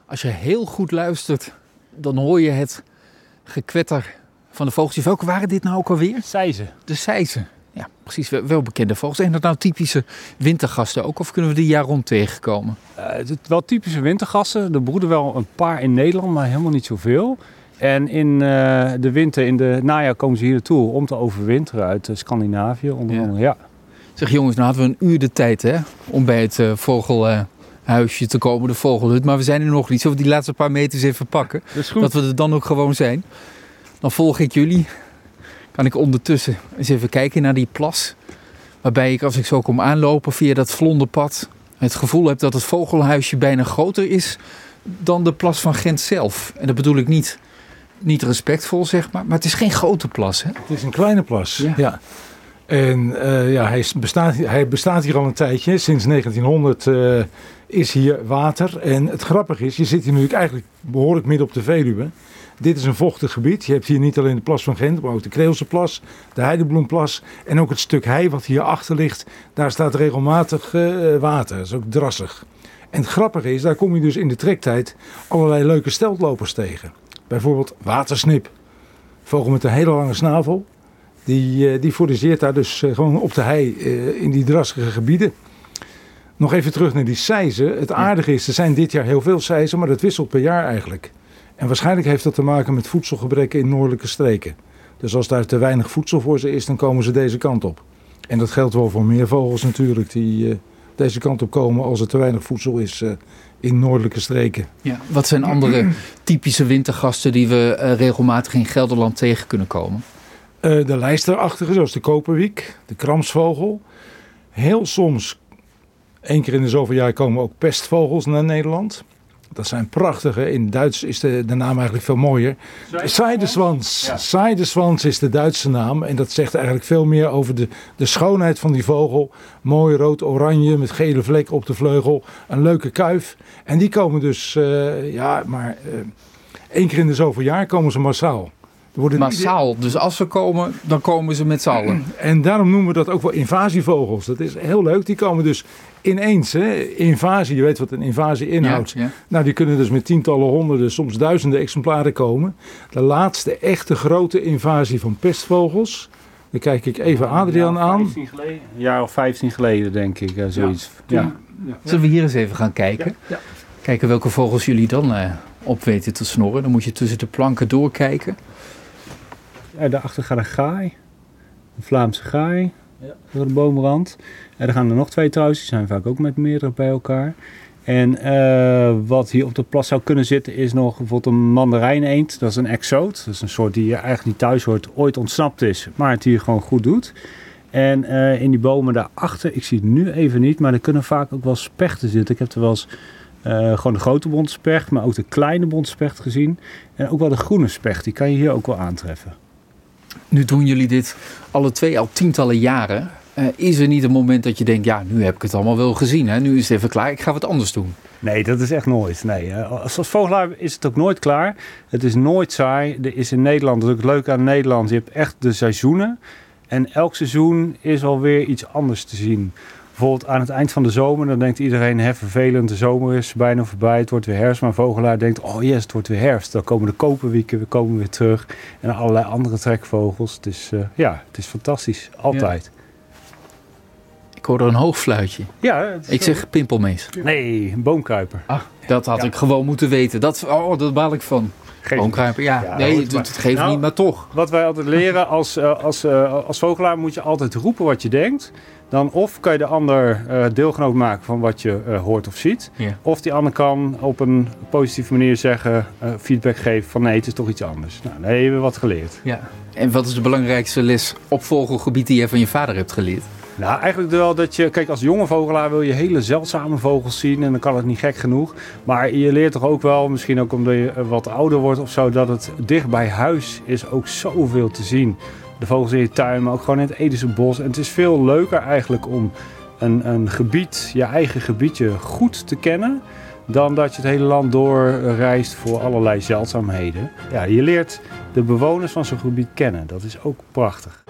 Als je heel goed luistert, dan hoor je het gekwetter van de vogels. Welke waren dit nou ook alweer? Sijzen. De sijzen. Ja, precies. Wel bekende vogels. Zijn dat nou typische wintergasten ook? Of kunnen we die jaar rond tegenkomen? Wel typische wintergasten. Er broeden wel een paar in Nederland, maar helemaal niet zoveel. En in de winter, in de najaar komen ze hier naartoe om te overwinteren uit Scandinavië. Onder andere, ja. Zeg jongens, nou hadden we een uur de tijd om bij het vogelhuisje te komen, de vogelhut. Maar we zijn er nog niet. Zullen we die laatste paar meters even pakken? Dat is goed. Dat we er dan ook gewoon zijn. Dan volg ik jullie. Kan ik ondertussen eens even kijken naar die plas. Waarbij ik, als ik zo kom aanlopen via dat vlonderpad, het gevoel heb dat het vogelhuisje bijna groter is dan de plas van Gent zelf. En dat bedoel ik niet respectvol, zeg maar het is geen grote plas, hè? Het is een kleine plas, ja. En hij bestaat hier al een tijdje. Sinds 1900 is hier water. En het grappige is, je zit hier nu eigenlijk behoorlijk midden op de Veluwe. Dit is een vochtig gebied. Je hebt hier niet alleen de plas van Gent, maar ook de Creelse plas, de Heidebloemplas. En ook het stuk hei wat hier achter ligt, daar staat regelmatig water. Dat is ook drassig. En het grappige is, daar kom je dus in de trektijd allerlei leuke steltlopers tegen. Bijvoorbeeld watersnip. Vogel met een hele lange snavel. Die forageert daar dus gewoon op de hei in die drassige gebieden. Nog even terug naar die sijzen. Het aardige is, er zijn dit jaar heel veel sijzen, maar dat wisselt per jaar eigenlijk. En waarschijnlijk heeft dat te maken met voedselgebrekken in noordelijke streken. Dus als daar te weinig voedsel voor ze is, dan komen ze deze kant op. En dat geldt wel voor meer vogels natuurlijk die deze kant op komen als er te weinig voedsel is in noordelijke streken. Ja, wat zijn andere typische wintergasten die we regelmatig in Gelderland tegen kunnen komen? De lijsterachtige, zoals de koperwiek, de kramsvogel. Heel soms, 1 keer in de zoveel jaar, komen ook pestvogels naar Nederland. Dat zijn prachtige. In Duits is de naam eigenlijk veel mooier. Seideswans. Ja. Seideswans is de Duitse naam. En dat zegt eigenlijk veel meer over de schoonheid van die vogel. Mooi rood-oranje met gele vlekken op de vleugel. Een leuke kuif. En die komen dus, 1 keer in de zoveel jaar komen ze massaal. Massaal. Dus als ze komen, dan komen ze met z'n allen. En daarom noemen we dat ook wel invasievogels. Dat is heel leuk. Die komen dus ineens. Invasie, je weet wat een invasie inhoudt. Ja. Nou, die kunnen dus met tientallen, honderden, soms duizenden exemplaren komen. De laatste echte grote invasie van pestvogels. Dan kijk ik even Adriaan aan. Een jaar of 15 geleden, denk ik. Zoiets. Ja. Zullen we hier eens even gaan kijken? Ja. Kijken welke vogels jullie dan op weten te snorren. Dan moet je tussen de planken doorkijken. Ja, daarachter gaat een gaai. Een Vlaamse gaai. Door de boomrand. En er gaan er nog 2 trouwens. Die zijn vaak ook met meerdere bij elkaar. En wat hier op de plas zou kunnen zitten is nog bijvoorbeeld een mandarijneend. Dat is een exoot. Dat is een soort die je eigenlijk niet thuis hoort. Ooit ontsnapt is. Maar het hier gewoon goed doet. En in die bomen daarachter. Ik zie het nu even niet. Maar er kunnen vaak ook wel spechten zitten. Ik heb er wel eens gewoon de grote bontspecht. Maar ook de kleine bontspecht gezien. En ook wel de groene specht. Die kan je hier ook wel aantreffen. Nu doen jullie dit alle 2 al tientallen jaren. Is er niet een moment dat je denkt, ja, nu heb ik het allemaal wel gezien. Hè? Nu is het even klaar, ik ga wat anders doen. Nee, dat is echt nooit. Nee. Als vogelaar is het ook nooit klaar. Het is nooit saai. Er is in Nederland, dat is ook het leuke aan Nederland, je hebt echt de seizoenen. En elk seizoen is alweer iets anders te zien. Bijvoorbeeld aan het eind van de zomer, dan denkt iedereen, vervelend, de zomer is bijna voorbij, het wordt weer herfst. Maar een vogelaar denkt, oh yes, het wordt weer herfst. Dan komen de koperwieken, we komen weer terug. En allerlei andere trekvogels. Het is fantastisch. Altijd. Ja. Ik hoor er een hoogfluitje. Ja. Ik zeg pimpelmees. Nee, een boomkruiper. Dat had ik gewoon moeten weten. Dat baal ik van. Boomkruiper, het geeft niet, maar toch. Wat wij altijd leren, als vogelaar moet je altijd roepen wat je denkt. Dan of kan je de ander deelgenoot maken van wat je hoort of ziet. Ja. Of die ander kan op een positieve manier zeggen, feedback geven van nee, het is toch iets anders. Nou, dan hebben we wat geleerd. Ja. En wat is de belangrijkste les op vogelgebied die je van je vader hebt geleerd? Nou, eigenlijk wel dat je, kijk, als jonge vogelaar wil je hele zeldzame vogels zien en dan kan het niet gek genoeg. Maar je leert toch ook wel, misschien ook omdat je wat ouder wordt of zo, dat het dicht bij huis is ook zoveel te zien. De vogels in je tuin, maar ook gewoon in het Edische bos. En het is veel leuker eigenlijk om een gebied, je eigen gebiedje goed te kennen, dan dat je het hele land doorreist voor allerlei zeldzaamheden. Ja, je leert de bewoners van zo'n gebied kennen. Dat is ook prachtig.